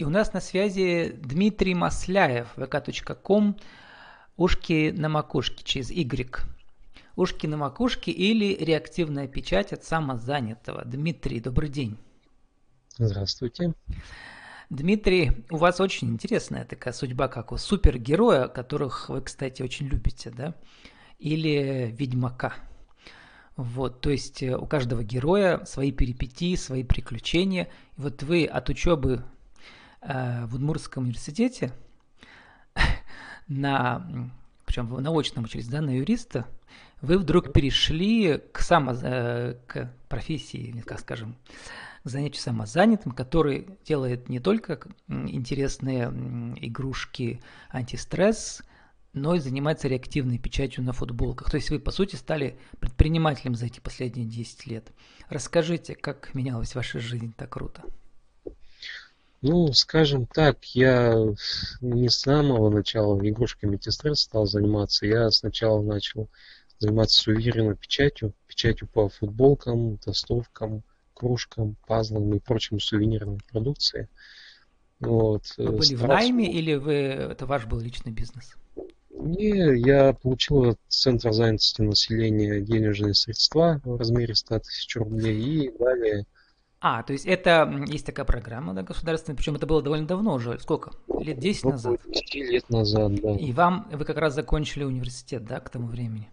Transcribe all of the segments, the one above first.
И у нас на связи Дмитрий Масляев, vk.com, ушки на макушке через Y. Ушки на макушке или реактивная печать от самозанятого. Дмитрий, добрый день. Здравствуйте. Дмитрий, у вас очень интересная такая судьба, как у супергероя, которых вы, кстати, очень любите, да? Или ведьмака. Вот, то есть у каждого героя свои перипетии, свои приключения. И вот вы от учебы в Удмуртском университете, причем вы научном учились, да, на юриста, вы вдруг перешли к профессии, как скажем, к занятию самозанятым, который делает не только интересные игрушки антистресс, но и занимается реактивной печатью на футболках. То есть вы, по сути, стали предпринимателем за эти последние 10 лет. Расскажите, как менялась ваша жизнь так круто? Ну, скажем так, я не с самого начала игрушками антистресс стал заниматься. Я сначала начал заниматься сувенирной печатью по футболкам, толстовкам, кружкам, пазлам и прочим сувенирной продукции. Вот. Вы были в найме или это ваш был личный бизнес? Не, я получил от Центра занятости населения денежные средства в размере 100 тысяч рублей и далее. То есть это есть такая программа, да, государственная, причем это было довольно давно уже, сколько? Лет 10 назад? 10 лет назад, да. И вы как раз закончили университет, да, к тому времени?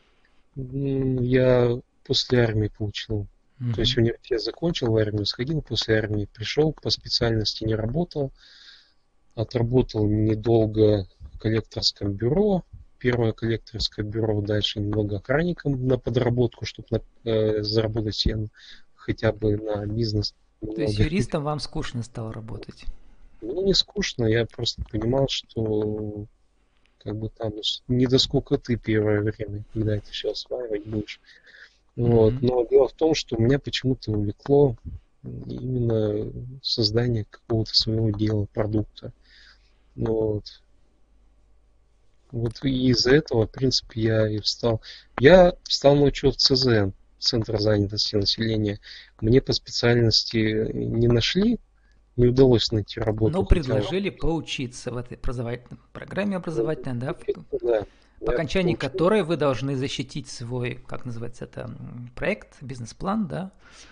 Я после армии получил. То есть университет закончил, в армию сходил, после армии пришел, по специальности не работал. Отработал недолго в коллекторском бюро. Первое коллекторское бюро, дальше немного охранником на подработку, чтобы заработать себе хотя бы на бизнес. То есть юристом вам скучно стало работать? Ну, не скучно, я просто понимал, что как бы там не до скукоты первое время, когда это все осваивать будешь. Вот. Но дело в том, что меня почему-то увлекло именно создание какого-то своего дела, продукта. Вот. Вот и из-за этого, в принципе, я и встал. Я встал на учет в ЦЗН, Центр занятости населения. Мне по специальности не нашли, не удалось найти работу. Но предложили поучиться в этой образовательной программе образовательной, да? Да. По окончании которой вы должны защитить свой, как называется это, проект, бизнес-план, да?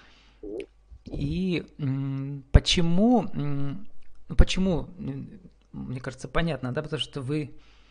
И почему, мне кажется, понятно, да, потому что вы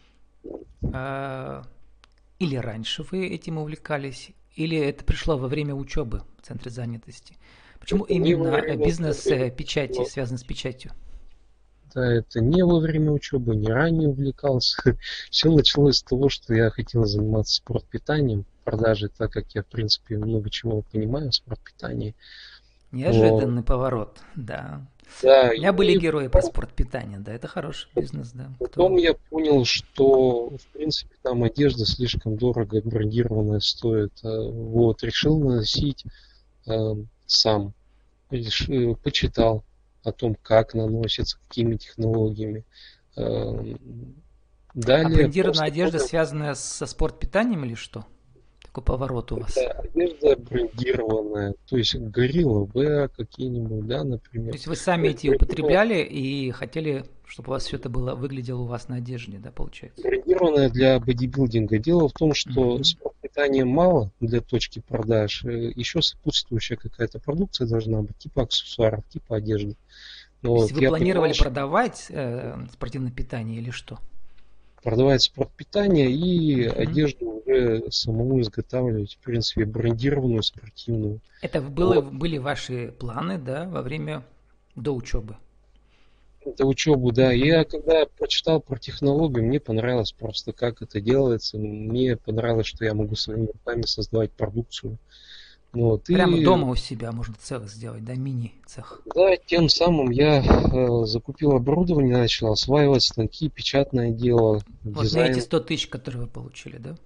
или раньше вы этим увлекались, или это пришло во время учебы в Центре занятости? Почему именно бизнес печати связан с печатью? Да, это не во время учебы, не ранее увлекался. Все началось с того, что я хотел заниматься спортпитанием, продажей, так как я, в принципе, много чего понимаю в спортпитании. Неожиданный поворот, да. Да, У меня были герои по спортпитанию, да, это хороший бизнес, да. Потом я понял, что, в принципе, там одежда слишком дорого брендированная стоит. Вот, решил наносить сам. Почитал о том, как наносится, какими технологиями. Далее брендированная одежда связанная со спортпитанием или что? Такой поворот у вас. Одежда брендированная, то есть Gorilla Wear какие-нибудь, да, например. То есть вы сами эти употребляли и хотели, чтобы у вас все это выглядело у вас на одежде, да, получается? Брендированная для бодибилдинга. Дело в том, что спортпитания мало для точки продаж. Еще сопутствующая какая-то продукция должна быть, типа аксессуаров, типа одежды. То есть вы планировали продавать спортивное питание или что? Продавать спортпитание и одежду уже самому изготавливать, в принципе, брендированную, спортивную. Это были ваши планы, да, до учебы? До учебы, да. Я когда прочитал про технологию, мне понравилось просто, как это делается. Мне понравилось, что я могу своими руками создавать продукцию. Вот. Прямо дома у себя можно цех сделать, да, мини-цех. Да, тем самым я закупил оборудование, начал осваивать станки, печатное дело, вот дизайн. на эти 100 тысяч, которые вы получили, да?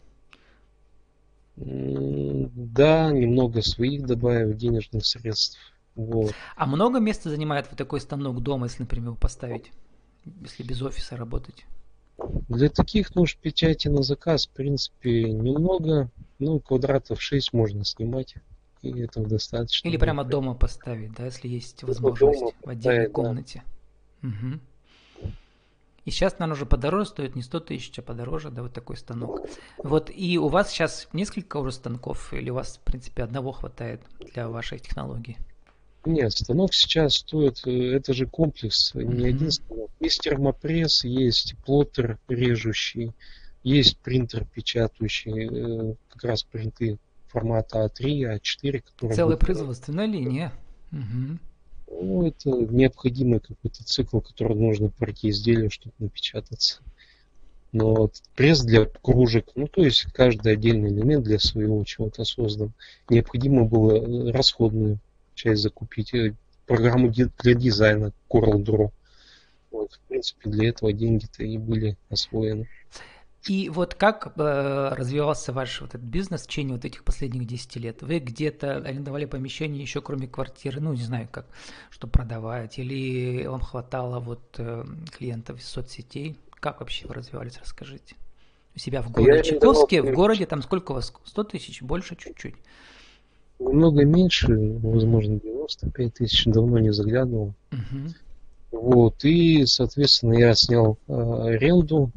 Да, немного своих добавив денежных средств. Вот. А много места занимает вот такой станок дома, если, например, его поставить, если без офиса работать? Для таких нужд печати на заказ, в принципе, немного. Ну, квадратов 6 можно снимать. И этого достаточно. Или прямо дома поставить, да, если есть возможность в отдельной комнате. Мгм. И сейчас, наверное, уже подороже стоит, не 100 тысяч, а подороже, да, вот такой станок. Вот, и у вас сейчас несколько уже станков, или у вас, в принципе, одного хватает для вашей технологии? Нет, станок сейчас стоит, это же комплекс, не один Мгм. станок. Есть термопресс, есть плоттер режущий, есть принтер печатающий, как раз принты формата А3, А4, которые Целая будут. производственная линия. Мгм. Ну, это необходимый какой-то цикл, который нужно пройти изделию, чтобы напечататься. Но вот пресс для кружек, ну, то есть каждый отдельный элемент для своего чего-то создан. Необходимо было расходную часть закупить, программу для дизайна CorelDRAW. Вот, в принципе, для этого деньги-то и были освоены. И вот как развивался ваш вот этот бизнес в течение вот этих последних 10 лет? Вы где-то арендовали помещение еще кроме квартиры, ну не знаю как, что продавать, или вам хватало вот клиентов из соцсетей? Как вообще вы развивались, расскажите. У себя в Я городе арендовал Чайковске, в городе помещение там сколько у вас? 100 тысяч? Больше чуть-чуть? намного меньше, возможно, 95 тысяч, давно не заглядывал. Мгм. Вот, и, соответственно, я снял аренду,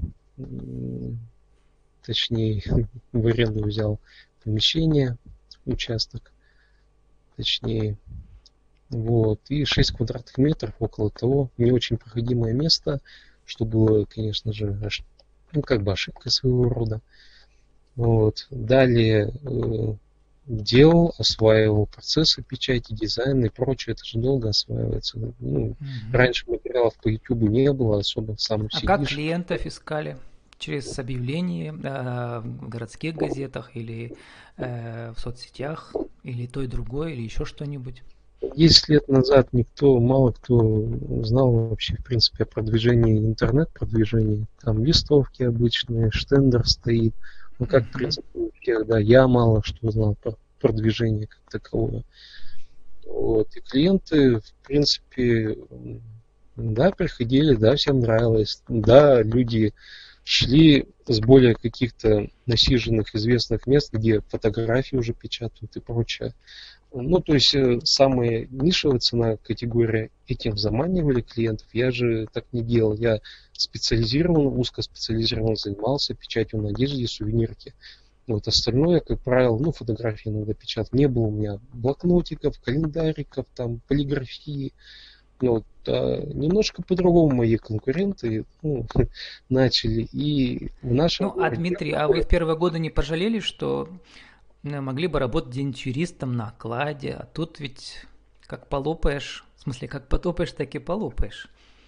точнее, в аренду взял помещение, участок, точнее, вот, и 6 квадратных метров около того, не очень проходимое место, что было, конечно же, ну, как бы ошибкой своего рода. Вот. Далее делал, осваивал процессы печати, дизайн и прочее. Это же долго осваивается. Ну, Мгм. раньше материалов по YouTube не было, особо сам А как сидишь. клиентов искали? Через объявления в городских газетах или в соцсетях, или то и другое, или еще что-нибудь? 10 лет назад мало кто знал вообще, в принципе, о продвижении, интернет-продвижении. Там листовки обычные, штендер стоит. Ну, как, в Мгм. принципе, у всех, да, я мало что знал про продвижение как таковое. Вот. И клиенты, в принципе, да, приходили, да, всем нравилось. Да, люди шли с более каких-то насиженных известных мест, где фотографии уже печатают и прочее. Ну, то есть самая нишевая цена категория этим заманивали клиентов. Я же так не делал. Я специализированно, узкоспециализированно занимался печатью на одежде, сувенирки. Вот остальное, как правило, ну, фотографии иногда печатал. Не было у меня блокнотиков, календариков, там, полиграфии. Ну, вот, немножко по-другому мои конкуренты ну, начали. И в нашем Ну, а городе Дмитрий, а вы в первые годы не пожалели, что могли бы работать где-нибудь юристом на окладе, а тут ведь как полопаешь, в смысле, как потопаешь, так и полопаешь.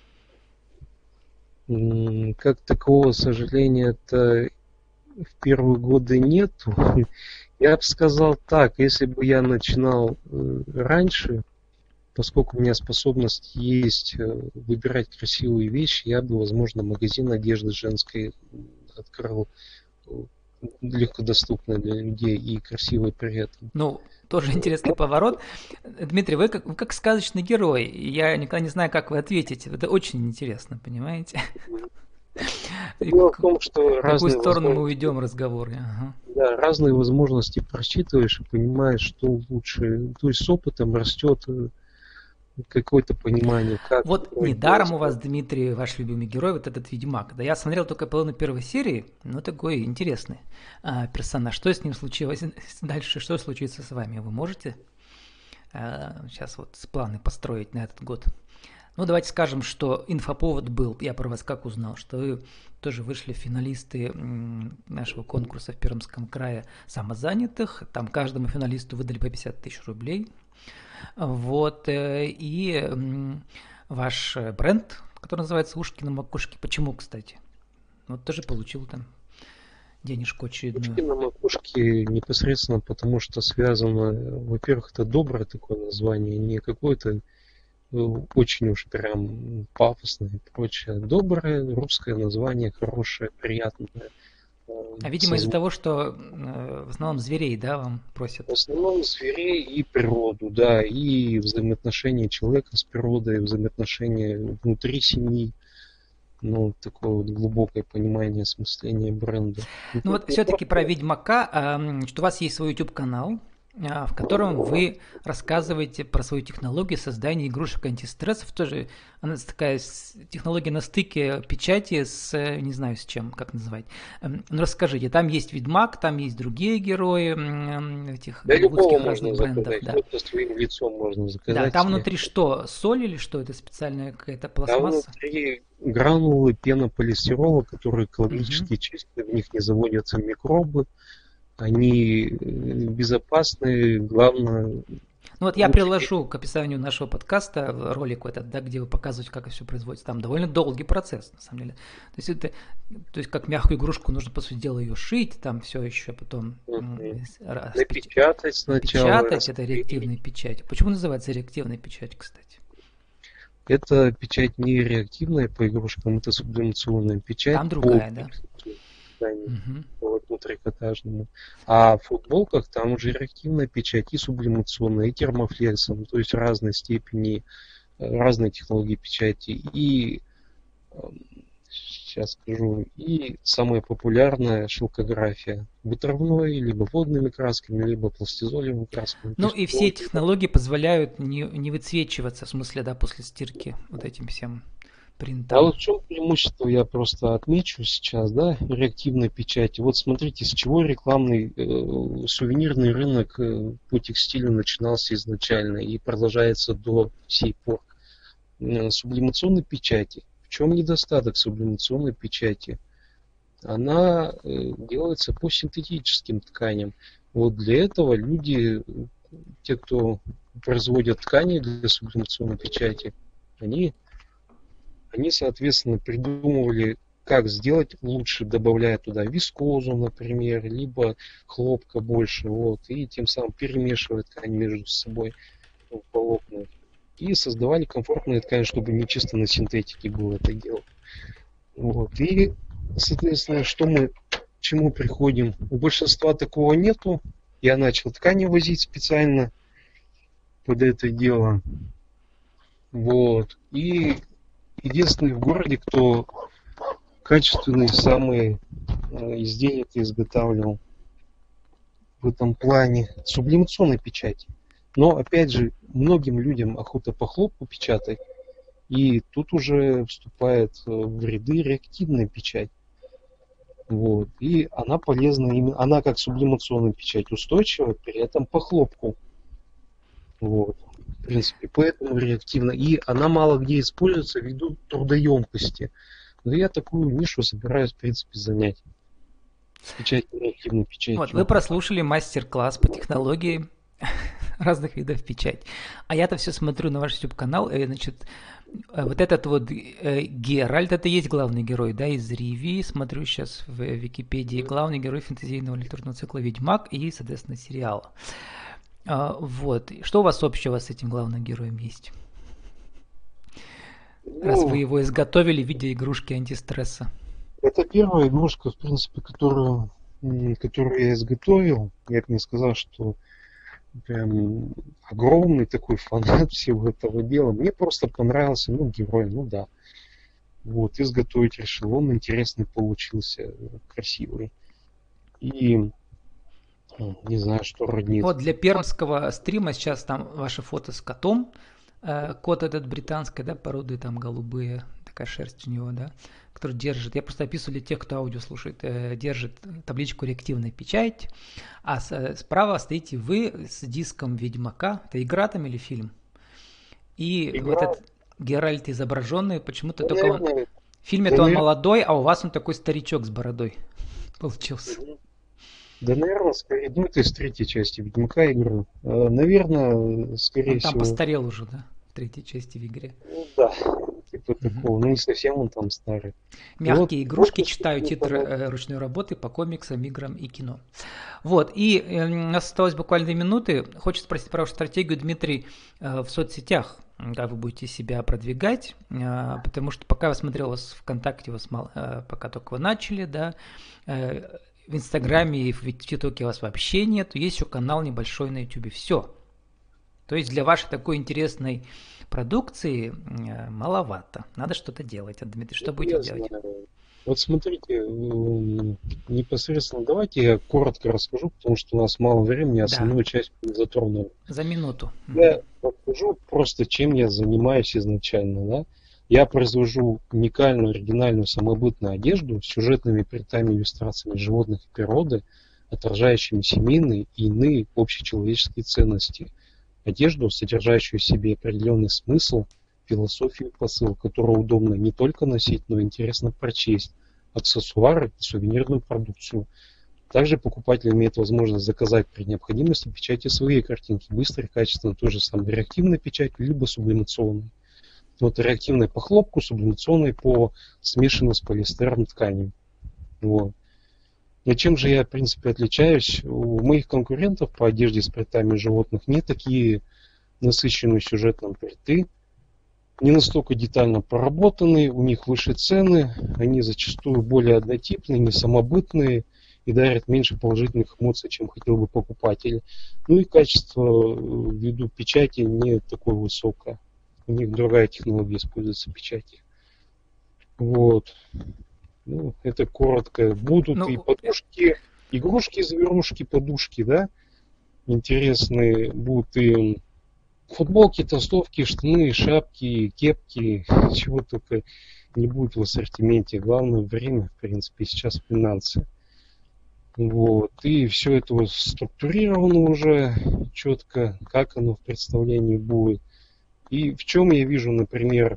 как такового сожаления-то в первые годы нету. Я бы сказал так, если бы я начинал раньше, поскольку у меня способность есть выбирать красивые вещи, я бы, возможно, магазин одежды женской открыл легкодоступный для людей и красивый при этом. Ну, тоже интересный поворот. Дмитрий, вы как сказочный герой. Я никогда не знаю, как вы ответите. Это очень интересно, понимаете? И Дело в том, что в какую разные сторону мы возможности, уйдем в разговоре. Ага. да, разные возможности просчитываешь и понимаешь, что лучше. То есть с опытом растет какое-то понимание, как Вот делать. недаром у вас, Дмитрий, ваш любимый герой, вот этот Ведьмак. Да я смотрел только половину первой серии, но такой интересный персонаж. Что с ним случилось дальше? Что случится с вами? Вы можете сейчас вот планы построить на этот год? Ну, давайте скажем, что инфоповод был. Я про вас как узнал, что вы тоже вышли в финалисты нашего конкурса в Пермском крае самозанятых. Там каждому финалисту выдали по 50 тысяч рублей. Вот, и ваш бренд, который называется «Ушки на макушке». Почему, кстати? Вот тоже получил там денежку Ушки очередную. на макушке непосредственно потому, что связано, во-первых, это доброе такое название, не какое-то очень уж прям пафосное и прочее. Доброе русское название, хорошее, приятное. А видимо из-за Созвучное. того, что в основном зверей, да, вам В просят. основном зверей и природу, да, и взаимоотношения человека с природой, взаимоотношения внутри семьи, ну, такое вот глубокое понимание осмысления бренда. Ну, Ну то есть вот не все-таки про просто Ведьмака, что у вас есть свой YouTube канал, в котором вы рассказываете про свою технологию создания игрушек антистрессов. Тоже она такая технология на стыке печати с, не знаю с чем, как называть. Ну расскажите, там есть Ведьмак, там есть другие герои этих Да любого голливудских разных можно брендов. заказать, Да. хоть со своим лицом можно Да, заказать там себе. внутри что, соль или что? Это специальная какая-то Там пластмасса? внутри гранулы пенополистирола, которые Мгм. экологически чистые, в них не заводятся микробы, они безопасны, главное, Ну вот я лучше приложу к описанию нашего подкаста ролик этот, да, где вы показываете, как это все производится. Там довольно долгий процесс, на самом деле. То есть как мягкую игрушку нужно, по сути дела, ее шить, там все еще потом напечатать сначала, напечатать, это расклеить. реактивная печать. Почему называется реактивная печать, кстати? Это печать не реактивная по игрушкам, это сублимационная печать Там по другая, да? ткани, Мгм. полотну трикотажному. А в футболках там уже реактивная печать и сублимационная, и термофлексом, то есть разной степени, разные технологии печати. И сейчас скажу, и самая популярная шелкография бытовной, либо водными красками, либо пластизолевыми красками. То Ну есть и все технологии позволяют не выцвечиваться, в смысле, да, после стирки вот этим всем а принтам. вот в чем преимущество, я просто отмечу сейчас, да, реактивной печати. Вот смотрите, с чего рекламный сувенирный рынок по текстилю начинался изначально и продолжается до сих пор. Сублимационной печати. В чем недостаток сублимационной печати? Она делается по синтетическим тканям. Вот для этого люди, те, кто производят ткани для сублимационной печати, они соответственно, придумывали, как сделать лучше, добавляя туда вискозу, например, либо хлопка больше, вот, и тем самым перемешивая ткань между собой в волокна. И создавали комфортные ткани, чтобы не чисто на синтетике было это дело. Вот. И, соответственно, к чему приходим? У большинства такого нету. Я начал ткани возить специально под это дело. Вот. И единственный в городе, кто качественные самые изделия изготавливал в этом плане сублимационной печати. Но опять же, многим людям охота по хлопку печатать, и тут уже вступает в ряды реактивная печать. Вот. И она полезна именно, она как сублимационная печать устойчива, при этом по хлопку. Вот. В принципе, поэтому реактивно. И она мало где используется ввиду трудоемкости. Но я такую нишу собираюсь, в принципе, занять. С печатью, реактивной Вот, вы печатью. прослушали мастер-класс по технологии разных видов печати. А я-то все смотрю на ваш YouTube-канал, и, значит, вот этот вот Геральт, это и есть главный герой, да, из Ривии, смотрю сейчас в Википедии, главный герой фэнтезийного литературного цикла «Ведьмак» и, соответственно, сериала. Вот, что у вас общего с этим главным героем есть? Раз вы Ну, его изготовили в виде игрушки антистресса. это первая игрушка, в принципе, которую я изготовил. Я бы не сказал, что прям огромный такой фанат всего этого дела. Мне просто понравился, ну, герой, ну да. Вот, изготовить решил. Он интересный получился, красивый. И не знаю, что роднит. Вот для пермского стрима сейчас там ваше фото с котом. Кот этот британской, да, породы там голубые, такая шерсть у него, да, который держит, я просто описываю для тех, кто аудио слушает, держит табличку «Реактивная печать», а справа стоите вы с диском Ведьмака, это игра там или фильм? И вот Игра, этот Геральт изображенный, почему-то ну, только он, наверное, в фильме-то он да, молодой, а у вас он такой старичок с бородой получился. наверное, да, наверное, скорее, ну, это из третьей части Ведьмака игры. Наверное, скорее Он там всего, постарел уже, да, в третьей части в игре. ну да, типа Угу. такого. Ну, не совсем он там старый. И Мягкие вот игрушки, я что читаю титры подумал. ручной работы по комиксам, играм и кино. Вот, и у нас осталось буквально 2 минуты. Хочется спросить про вашу стратегию, Дмитрий, в соцсетях, как вы будете себя продвигать, потому что пока я смотрел вас ВКонтакте, вас мало, пока только вы начали, да, в Инстаграме и в ТикТоке вас вообще нет, есть еще канал небольшой на Ютубе, все. То есть для вашей такой интересной продукции маловато. Надо что-то делать. А Дмитрий, что Ну, будете я делать? знаю. Вот смотрите, непосредственно давайте я коротко расскажу, потому что у нас мало времени, Да, основную часть мы затронули. за минуту. Я расскажу просто, чем я занимаюсь изначально. Да? Я произвожу уникальную, оригинальную, самобытную одежду с сюжетными принтами, иллюстрациями животных и природы, отражающими семейные и иные общечеловеческие ценности. Одежду, содержащую в себе определенный смысл, философию и посыл, который удобно не только носить, но и интересно прочесть, аксессуары и сувенирную продукцию. Также покупатель имеет возможность заказать при необходимости печати своей картинки, быстро и качественно, той же самой реактивной печатью, либо сублимационной. Вот реактивной по хлопку, сублимационной по смешанной с полиэстером тканям. Вот. И чем же я, в принципе, отличаюсь? У моих конкурентов по одежде с принтами животных не такие насыщенные сюжетом принты, не настолько детально проработанные, у них выше цены, они зачастую более однотипные, не самобытные и дарят меньше положительных эмоций, чем хотел бы покупатель. Ну и качество ввиду печати не такое высокое. У них другая технология используется печати. Вот. Ну, это коротко. Будут и Ну, подушки, игрушки, зверушки, подушки, да, интересные. Будут и футболки, толстовки, штаны, шапки, кепки, чего только не будет в ассортименте. Главное время, в принципе, сейчас финансы. Вот. И все это вот структурировано уже четко, как оно в представлении будет. И в чем я вижу, например,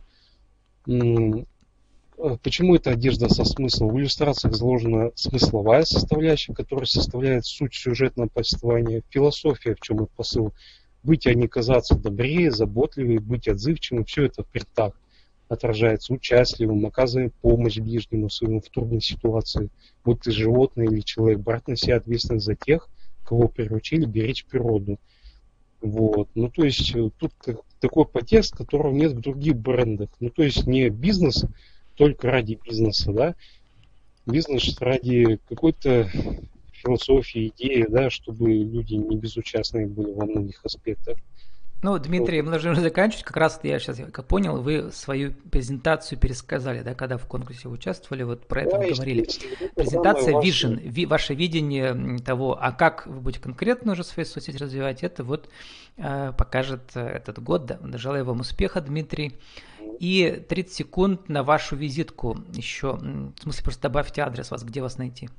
почему эта одежда со смыслом? В иллюстрациях заложена смысловая составляющая, которая составляет суть сюжетного повествования, философия, в чем их посыл. Быть, а не казаться добрее, заботливее, быть отзывчивым, все это в принтах отражается, участливым, оказывая помощь ближнему своему в трудной ситуации, будь ты животное или человек, брать на себя ответственность за тех, кого приручили беречь природу. Вот. Ну, то есть, тут такой подтекст, которого нет в других брендах. Ну, то есть, не бизнес только ради бизнеса, да, бизнес ради какой-то философии, идеи, да, чтобы люди не безучастные были во многих аспектах. Ну, Дмитрий, мы должны уже заканчивать. Как раз я сейчас, как понял, вы свою презентацию пересказали, да, когда в конкурсе участвовали, вот про это Да, вы говорили. естественно, это самое Презентация важное. Vision, ваше видение того, а как вы будете конкретно уже свои соцсети развивать, это вот покажет этот год. Да. Желаю вам успеха, Дмитрий. И 30 секунд на вашу визитку еще. В смысле, просто добавьте адрес вас, где вас найти.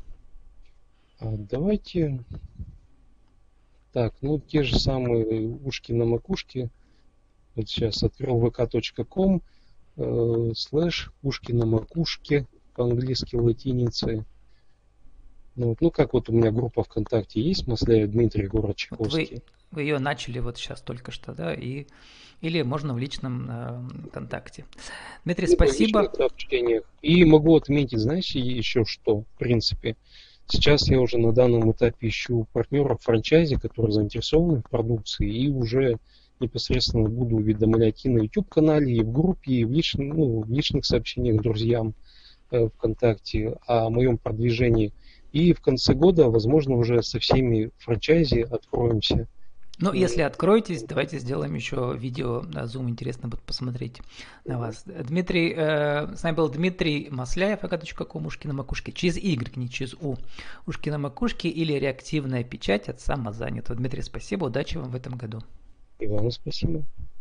Давайте так, ну те же самые ушки на макушке. Вот сейчас открыл vk.com слэш ушки на макушке, по-английски латиницей. Ну, как вот у меня группа ВКонтакте есть, Масляев Дмитрий, город Вот Чайковский. вы ее начали вот сейчас только что, да, или можно в личном контакте. Дмитрий, Либо в личных спасибо. сообщениях. И могу отметить, знаете, еще что, в принципе. Сейчас я уже на данном этапе ищу партнеров в франчайзе, которые заинтересованы в продукции, и уже непосредственно буду уведомлять и на YouTube-канале, и в группе, и в личных сообщениях друзьям ВКонтакте о моем продвижении. И в конце года, возможно, уже со всеми франчайзи откроемся. Ну, если откроетесь, давайте сделаем еще видео на Zoom. Интересно будет посмотреть на вас. Дмитрий, с нами был Дмитрий Масляев, ак.ком, ушки на макушке. Через Y, не через У. Ушки на макушке или реактивная печать от самозанятого. Дмитрий, спасибо, удачи вам в этом году. И вам спасибо.